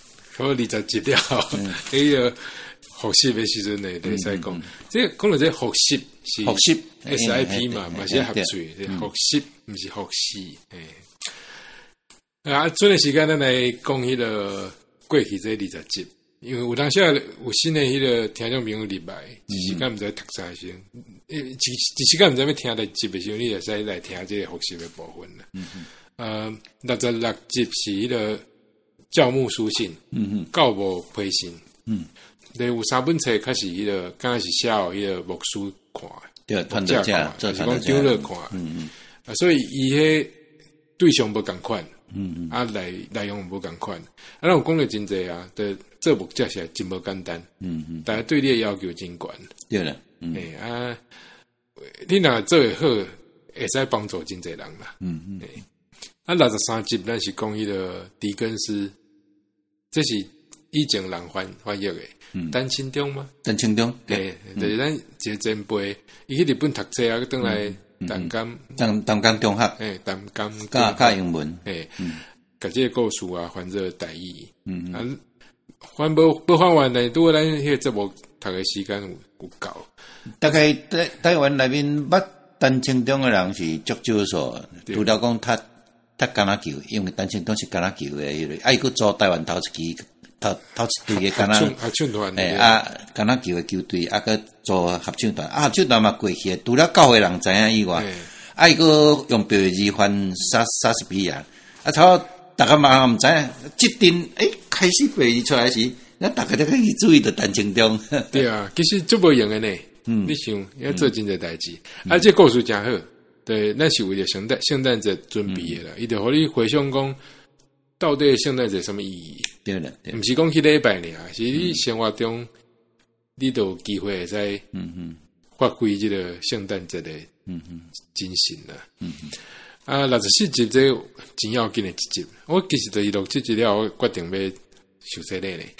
27条，迄个复习的时阵呢，会使讲。这讲到这复习是 SIP 嘛，嘛是合嘴，复习唔是复习。剩的时间咱来讲迄个过去这20集。因为有当时有新的迄个听众朋友入来，一时间毋知读啥先，一时间毋知要听第集的时候，你就使来听这个复习的部分了。66集是迄个教牧书信，教牧批信，有3本册开始迄个刚开始写互迄个牧师看， 对，团队看， 就是讲长乐看，所以伊迄对象无共款， 内容无共款。咱有讲了真济啊，的做木匠是真无简单。大家对你的要求真悬。 对了， 你若做会好，会使帮助真济人啦。63集咱是讲迄个狄更斯，这是以前人翻译的。陈清中吗？ 陈清中， 就是咱一个前辈，伊去日本读册啊，转来淡江中学， 淡江教英文， 甲这个故事啊，翻做台语，翻无翻完呢，拄好咱迄个节目读的时间有够。 大概台湾内面捌陈清中的人是足少数，除了讲他橄榄球，因为陈清中是橄榄球的，伊个做台湾头一期。头一队嘅橄唱团， 橄榄球嘅球队，个做合唱团，合唱团嘛过去，除了9个人知影以外，伊个用标字翻莎士比亚，差大家嘛毋知影，即阵开始标字出来时，咱大家都可以注意到陈清中。 对啊，其实足无用嘅呢。你想要做真侪代志，这故事真好，对，咱是为了圣诞节准备的啦，伊就互你回想讲。到底圣诞节什么意义？ 对了， 不是讲去礼拜尔，是你生活中，你都有机会会使发挥这个圣诞节的精神啦。64集这真要紧的一集，我其实就是录这集了，我决定要受洗礼咧。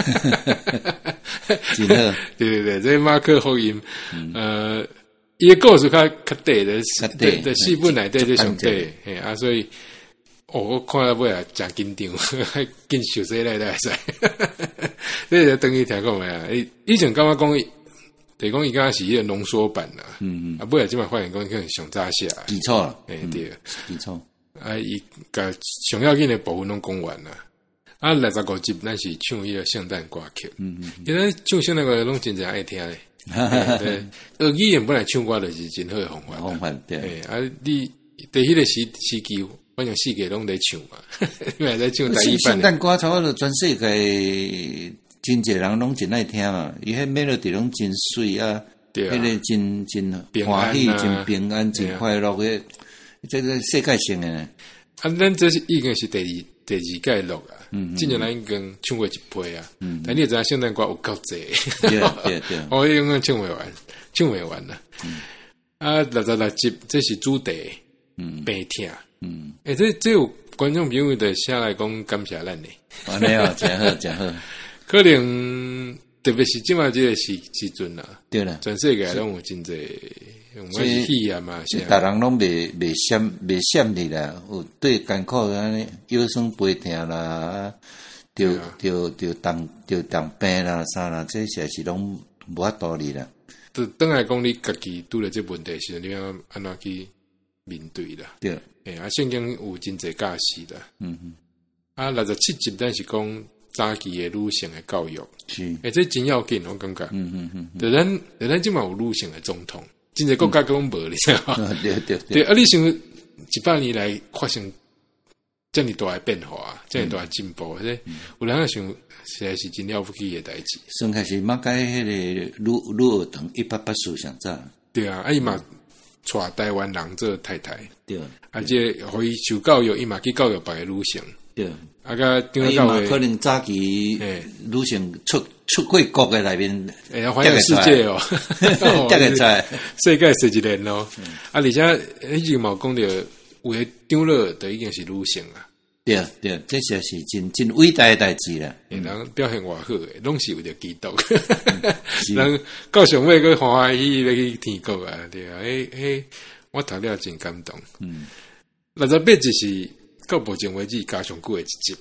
真好， 对，这马克福音，伊个故事较短的，四本内底最上短，所以。我看到尾啊，真紧张，紧受洗礼才会使。这就等于听讲啊，以前感觉讲，就是讲伊敢是迄个浓缩版啦。尾啊，即摆发现讲可能上早写。 记错了， 对， 记错。 伊甲上要紧的部分拢讲完啦。65集咱是唱迄个圣诞歌曲。因为唱圣诞歌拢真正爱听诶。对，语言本来唱歌就是真好诶方法。对。你伫迄个时期。反正世界拢在唱嘛，因为在唱第一版。圣诞歌差不多全世界真侪人拢真爱听嘛，伊迄 melody 拢真水啊，迄个真欢喜、真平安、真快乐嘅，这个世界性诶。 咱这是已经是第二届录啊，今年咱已经唱过一批啊，但你知影圣诞歌有够济， 对， 我永远唱袂完啦。66集这是主题，白听。这有观众朋友的下来讲感谢咱呢。 安尼哦，真好。 可能特别是即马这个时阵啦， 对啦， 全世界拢有真侪，我是喜啊嘛， 是大人拢袂闪你啦，有对艰苦安尼腰酸背痛啦，着当病啦啥啦，这些是拢无法度哩啦。 就等来讲你家己拄了这问题时，你要安怎去面对啦？ 对。 圣经有真侪教示啦。67集咱是讲早期的女性的教育， 是。 这真要紧，我感觉。就咱即嘛有女性的总统，真侪国家拢无，你知道吗？对。你想100年来发生这么大的变化，这么大的进步，有人想实在是真了不起的代志。 算开始马改迄个女儿童180上早。 对啊，伊嘛。娶台湾人做太太， 对， 这互伊受教育，伊嘛去教育别个女性， 对， 甲张教可能早期女性出过国的内面， 环游世界哦， 大概在世界11年咯，而且迄个嘛讲着有个长老就已经是女性啦。 对，这些是真伟大的代志啦。 人表现偌好诶，拢是为着基督。人到上尾个欢欢喜喜要去天国啊，对啊，我读了真感动。68集是到目前为止加上久诶一集。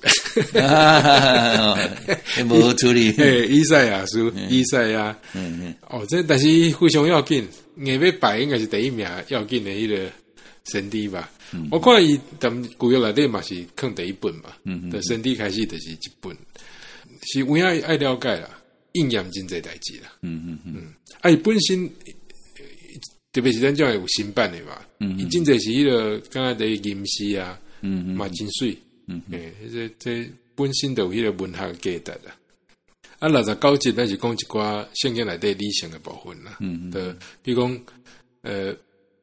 无处理。 以赛亚书，以赛亚。这但是非常要紧，硬要排应该是第一名要紧的迄个神帝吧。我看伊踮旧约内底嘛是放第一本嘛，的神帝开始就是一本，是有影爱了解啦，应验真侪代志啦。伊本身特别是咱种有新版的嘛，伊真侪是迄个刚才的吟诗啊，嘛真水，这本身就有迄个文学价值啦。69集咱是讲一寡圣经内底理性的部分啦，比如讲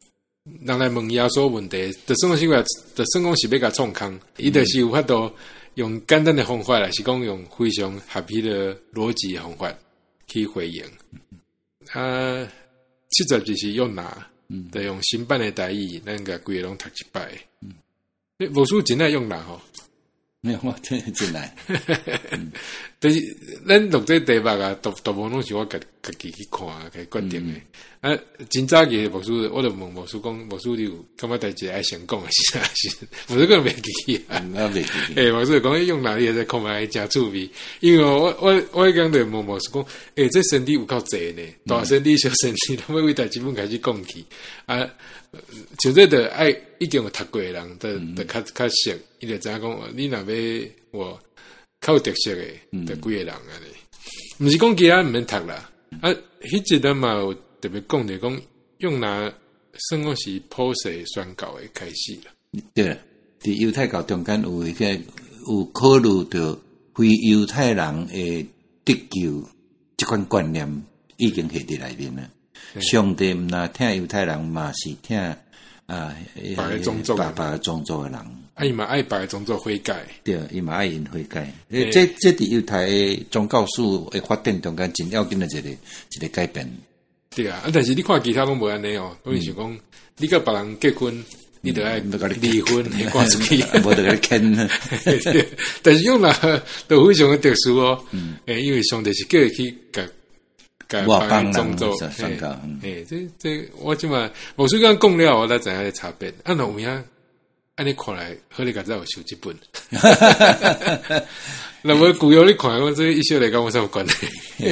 人来问耶稣问题，就算讲是话，就算讲是要甲创空，伊就是有法度用简单的方法啦，是讲用非常合理的逻辑的方法去回应。70就是用拿，就用新版的台语，咱个规个拢读一摆。无输真爱用拿吼。 没有，我真来。 但是咱录这题目啊，大部分拢是我家己去看去决定的。真早期牧师，我就问牧师讲，牧师你有感觉代志爱成功的是啥是？牧师讲袂记起啊， 我袂记起。 牧师讲用哪里在看卖真趣味，因为我讲对牧师讲，这身体有够济呢，大身体小身体，他们为代志本开始讲起啊。像这的爱已经有读过的人，就较熟，伊就知影讲，你若要我较有特色的，就几个人啊哩。毋是讲其他毋免读啦，迄一段嘛有特别讲着讲，用拿算讲是普世宣告的开始啦。 对啦，伫犹太教中间有考虑到非犹太人的得救这款观念已经下伫内面啦。上帝毋若听犹太人嘛，是听别个种族的人。 伊嘛爱别个种族悔改， 对，伊嘛爱因悔改。这伫犹太宗教史的发展中间真要紧的一个改变。 对啊，但是你看其他拢无安尼哦，都是讲你甲别人结婚，你得爱离婚，挂出去， 无得个牵。 但是用啦，都非常的特殊哦。因为上帝是叫伊去我帮人做，这我即嘛，无虽然讲了，我才知影差别。那有影，安尼看来，好你家早有收一本。那么古有你看，我这一小来讲，我啥有关系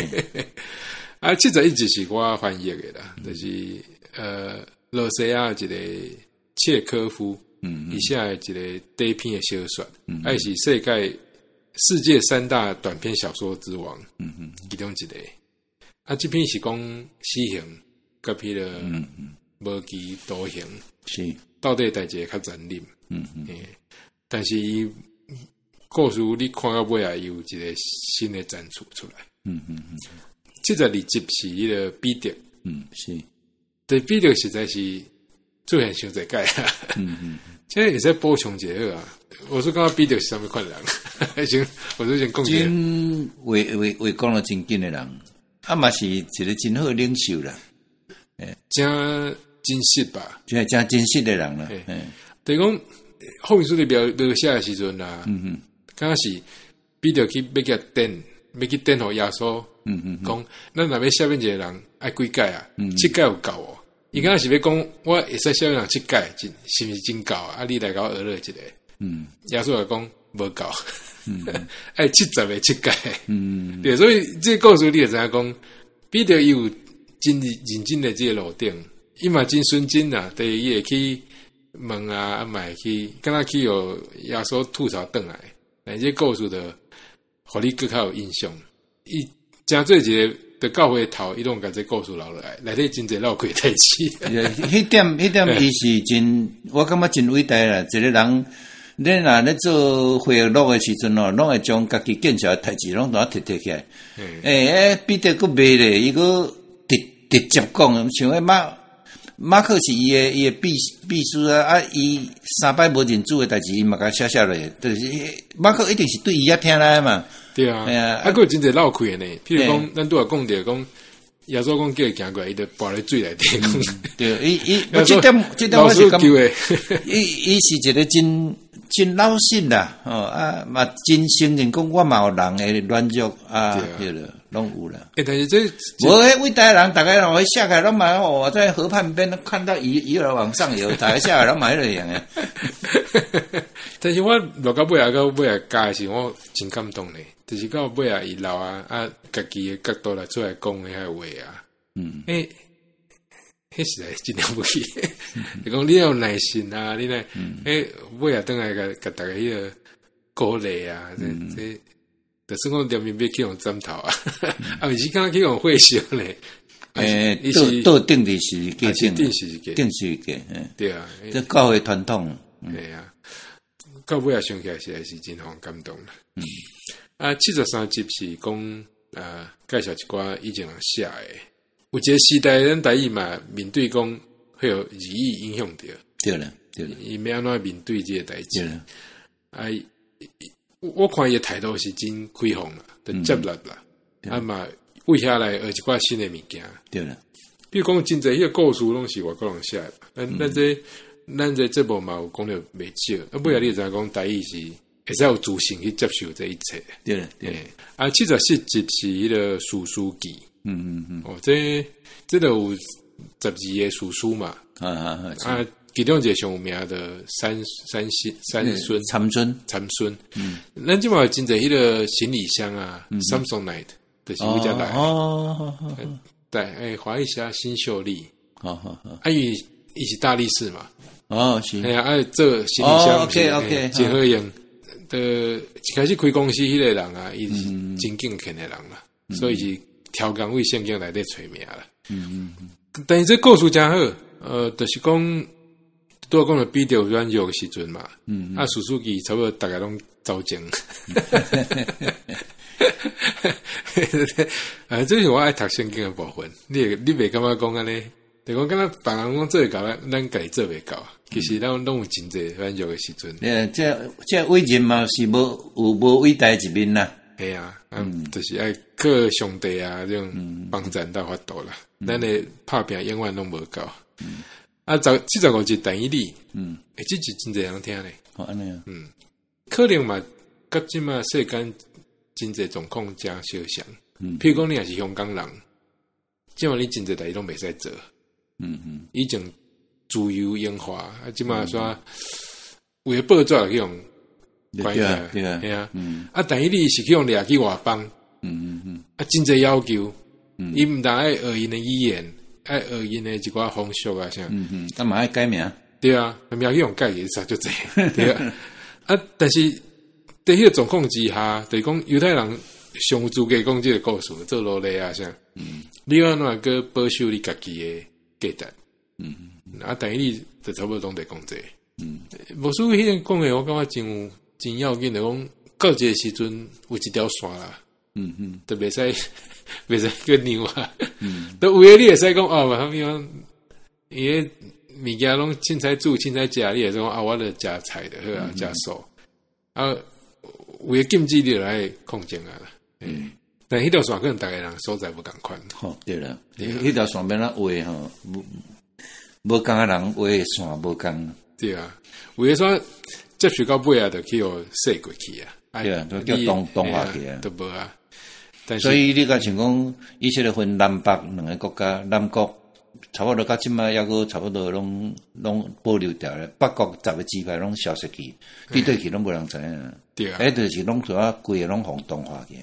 ？71集是我翻译的啦，就是罗西亚一个契科夫，以下一个短篇的小说，是世界3大短篇小说之王，其中一个。这篇是讲死刑，甲迄个无期徒刑， 是到底代志较残忍。但是故事你看到尾啊，有一个新的展出出来。72集是迄个彼得， 是， 对彼得实在是做现伤侪改啊。这也在补充一下啊。我说刚刚彼得是啥物款人？行，我就先讲。 真话讲了真紧的人。嘛是一个真好的领袖啦， 真真实吧， 真真实的人啦。 就是讲后面书里描写的时阵啦，刚开始彼得去要去电互耶稣，讲咱若要下面一个人爱几届啊？7届有够哦。伊刚开始要讲，我会使下面人7届，是毋是真够啊？你来甲我讹了一个，耶稣就讲无够。爱70个7届，对，所以这个故事你也知影讲，彼得有真认真的这个路顶，伊嘛真纯真啊，对，伊会去问啊，嘛会去，敢若去有耶稣吐槽转来，但这故事的，互你更较有印象。伊真做一个的教会头，伊拢甲这故事留落来，内底真侪闹鬼代志。 迄点伊是真，我感觉真伟大啦，一个人。恁若咧做会录的时阵哦，拢会将家己建设的代志拢都摕起来。彼得佫袂咧，伊佫直接讲，像马克是伊的秘书啊，伊3摆无认主的代志，伊嘛甲写落，就是马克一定是对伊遐听来嘛。 对啊，佫有真侪闹开呢。譬如讲，咱拄仔讲着讲，耶稣讲叫伊行过来，伊就跋咧水内底。 对，伊这点我是感觉，伊是一个真老实啦，嘛真承认讲我嘛有人的软弱啊，对了，拢有啦。 但是这无迄伟大的人，大家拢会下来，拢嘛我在河畔边看到鱼儿往上游，大家下来拢嘛迄个样诶。 但是我落到尾啊加的时候，我真感动咧，就是到尾啊伊老家己的角度来出来讲的遐话啊，迄实在真了不起，就讲你要有耐心啊，你来，尾啊等来甲大家迄个鼓励啊，这，就是讲连面要去用枕头啊，毋是刚去用会笑咧， 倒定的是定时给， 对啊， 这教会传统， 对啊，到尾啊想起来实在是真互感动啦。73集是讲介绍一寡以前人写的。有一个时代，咱台语嘛面对讲会有利益影响到。 对了， 伊要安怎面对这个代志？ 对了， 啊，我看伊的态度是真开放啦，就接纳啦，啊嘛为遐来学一寡新的物件。 对了， 比如讲真侪迄个故事拢是外国人写的，咱这节目嘛有讲了袂少，啊尾仔你知影讲台语是会使有自信去接受这一切。 对了， 啊74集是迄个史书记。哦，这个有12个史书嘛，其中一个上有名的三孙参孙， 咱即嘛真侪迄个行李箱啊，Samsonite，就是有遮来，对，华裔侠新秀丽，伊是大力士嘛， 是， 哎呀，这行李箱 ，OK， 真好用。一开始开公司迄个人啊，伊是真敬虔的人啦，所以是挑工为圣经内底找名啦。但是这故事真好，就是讲。拄讲了比着软弱的时阵嘛，史书记差不多大家拢走精，这是我爱读圣经的部分。你袂感觉讲安尼？就讲敢若别人讲做会到，咱家己做袂到。其实咱拢有真侪软弱的时阵。 这伟人嘛是无伟大一面啦。 系啊，就是爱靠上帝啊这种帮助到法度啦。咱的拍拼永远拢无够。75集等于你，这集真侪人听咧。 安尼啊， 可能嘛，甲即嘛世间真侪状况真相像。譬如讲你若是香港人，即嘛你真侪代志拢袂使做。以前自由烟花，即嘛说为了报纸去用关起来，对啊，等于你是去用掠去外邦，真侪要求，伊毋但爱学因的语言。爱学因的一寡风俗啊，啥， 干嘛爱改名？ 对啊，名去用改也啥就这，对啊。但是在迄个状况之下，就是讲犹太人上有资格讲这个故事，做罗勒啊，啥，你安怎个保守你家己的价值？等于你就差不多拢得讲这。无所谓迄个讲的，我感觉真要紧的，讲到这个时阵有一条线啦。都袂使个牛啊，都有诶，你会使讲哦，他们讲伊个物件拢凊彩煮、凊彩食，你会说啊，我著食菜的，好啊，食素啊，有诶禁止你来控制啊啦。但迄条线可能大家人所在无共款。 对啦，迄条线边仔画吼，无共个人画诶线无共。 对啊，有诶说接触到尾啊，就去互洗过去啊。 对啊，都叫动画去啊， 都无啊。 所以你甲像讲，以色列分南北两个国家，南国差不多到即摆抑个差不多拢保留掉咧，北国10个支派拢消失去，比对去拢无人知影。 对啊， 就是拢主要规个拢互动化去。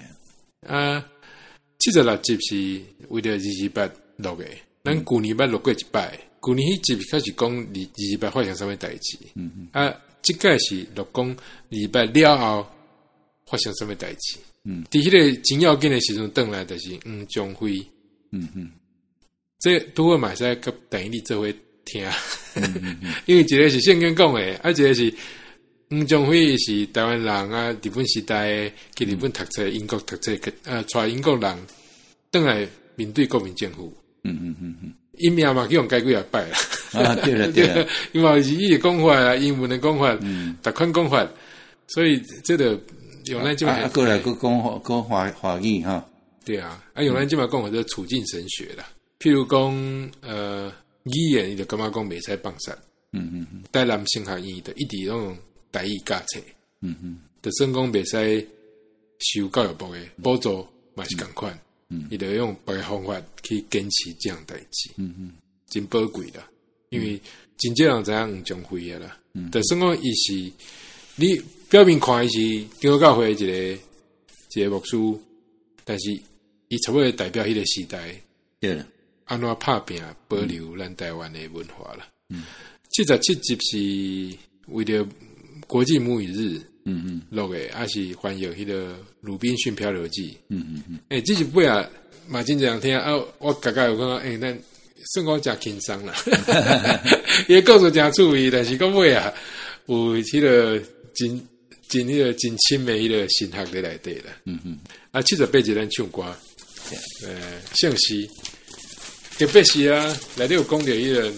76集是为了28录的，咱旧年捌录过一摆，旧年迄集开始讲28发生啥物代志。即届是录讲28了后发生啥物代志。伫迄个真要紧的时阵，转来就是将辉，这拄好嘛使甲等于你做伙听，因为一个是圣经讲的，一个是将辉是台湾人啊，日本时代去日本读册，英国读册，带英国人转来面对国民政府，因命嘛去用改几啊摆啦， 对了， 因为是语的讲法啦，英文的讲法，逐款讲法，所以这个。用咱即摆过来讲华语哈， 对啊，用咱即摆讲叫处境神学啦。譬如讲语言，伊就感觉讲袂使放杀，台南升学院就一直拢用台语教册，就算讲袂使受教育部的补助，嘛是共款，伊就用别个方法去坚持这样代志，真宝贵啦。因为真少人知影黄宗辉啦，就算讲伊是你。表面看伊是中国教会一个牧师，但是伊差不多代表迄个时代，安怎拍拼保留咱台湾的文化啦。77集是为了国际母语日，录的，还是翻译迄个《鲁滨逊漂流记》。这是尾啊，嘛真侪人听啊，我刚刚有讲，咱算讲真轻松啦，伊个故事真趣味，但是到尾啊，有迄个真迄个真深的迄个神学在内底啦。78集咱唱歌，圣诗，特别是啊，内底有讲到迄个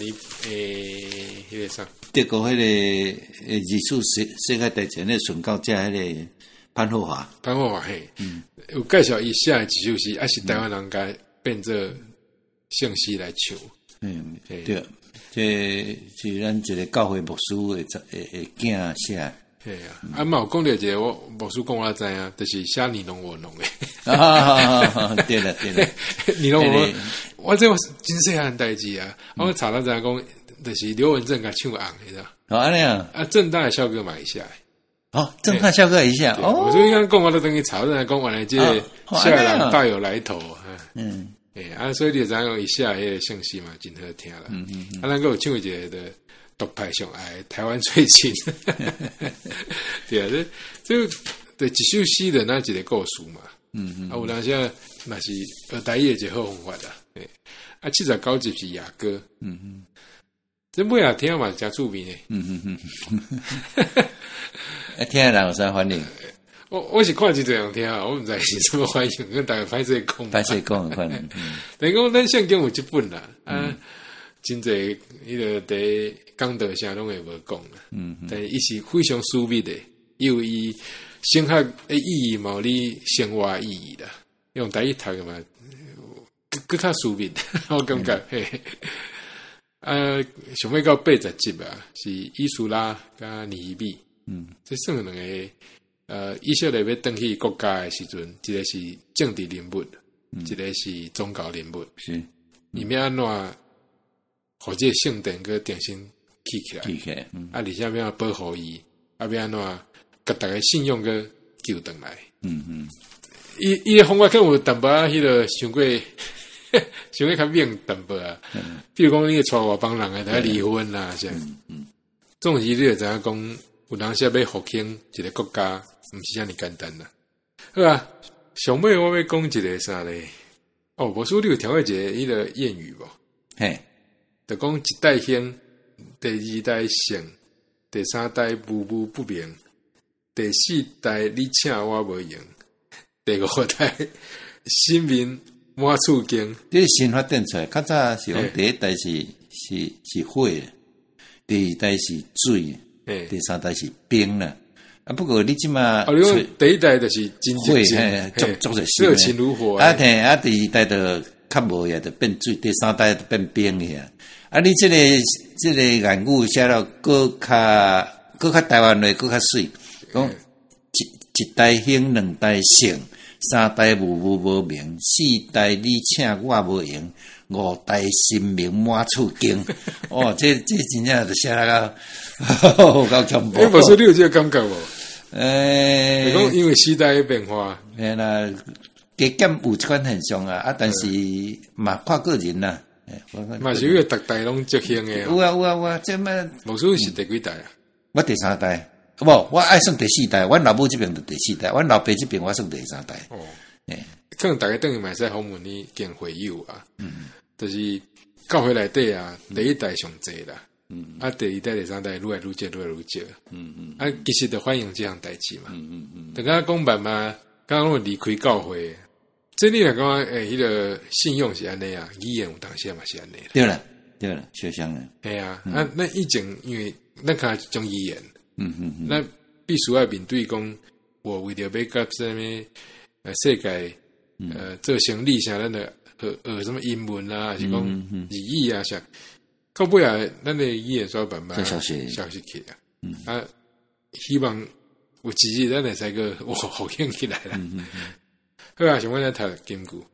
迄个啥？ 德国迄个二次世界大战咧顺到遮迄个潘霍华嘿，有介绍伊写的几首诗，还是台湾人家变做圣诗来唱。 对，这是咱一个教会牧师会囝写。 嘿啊，嘛有讲到一个我牧师讲我知影，就是写你侬我侬诶。 对了， 你侬我，我这真细汉代志啊！我查到知影讲，就是刘文正甲唱红诶，知道？ 安尼啊， 正大的校歌嘛一下。 正大校歌一下。 我就应该讲我都等于查到讲，原来这下人大有来头。所以你就知影一下迄个圣诗嘛，真好听啦。咱个有唱一个的。独派上爱台湾最近，对啊，这对一首诗的那一个故事嘛，有当时那是台语的一个好方法啦，79集是雅歌，这尾也听嘛真趣味呢， 听的人有啥反应？ 我是看这样听啊，我唔知是什么反应，跟大家歹势讲的反应。 等于讲咱圣经有一本啦，真侪迄个伫讲道啥拢会无讲啦，但伊是非常私密的，有伊生学的意义嘛，你生活意义啦，用台语读的嘛，更较私密，我感觉嘿。上尾到80集啊，是伊苏拉甲尼希米，这算两个以色列要登去国家的时阵，一个是政治人物，一个是宗教人物， 是伊要安怎？或者圣殿个重新起来，而且要保护伊，要安怎甲大家信用个救回来。伊的方法可能有淡薄仔迄个伤过较猛淡薄啊。比如讲，你娶外邦人诶，来离婚啦，这样。这种事你就知影讲，有当时要复兴一个国家，毋是遐尼简单啦。好啊，上尾我要讲一个啥咧？无说你有听过一个迄个谚语无？ 嘿。 就讲一代兴，第二代盛，第三代步步不明，第四代你请我无用，第五代新民满厝经。 这是新发展出来，较早是讲第一代是火，第二代是水，第三代是冰啦。不过你即马， 你讲第一代就是真火，足热情如火。 第二代就较无呀，就变水；第三代就变冰呀。你这个言语写了，搁较台湾话，搁较水。讲一代兴，两代盛，三代无无明，四代你请我无用，五代新民满厝经。这真正就写了够恐怖。 无说你有这个感觉无？ 你讲因为时代的变化， 啦，加减有这款现象啊，但是嘛看个人啦。 嘛是因为逐代拢足兴诶。 有啊，这么无说是第几代啊？ 我第三代，我爱算第四代。阮老母这边就第四代，阮老爸这边我算第三代。 可能大家等于嘛使访问你见会友啊。就是教会内底啊，第一代上济啦。第二代、第三代愈来愈少。其实就反映这项代志嘛。大家讲办嘛，刚刚离开教会。这你来讲，迄个信用是安尼啊，语言有当时嘛是安尼。 对了，小香人。 系啊，那以前因为咱看一种语言，那必须要面对讲，我为了要甲什么世界做生理啥，咱的什么英文啊，还是讲日语啊啥，到尾啊，咱的语言所慢慢消失去啊。希望有一日咱会使个复兴起来啦。好啊，想我来读金句。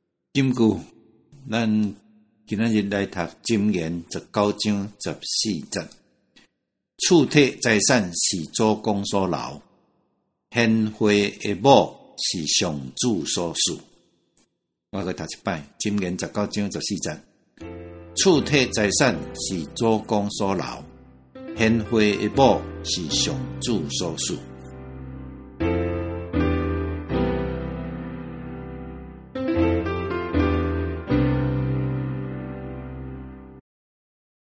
咱今仔日来读箴言19章14節。厝體財產是祖公所留，獻花的某是上主所賜。我去讀一擺，箴言19章14節。厝體財產是祖公所留，獻花的某是上主所賜。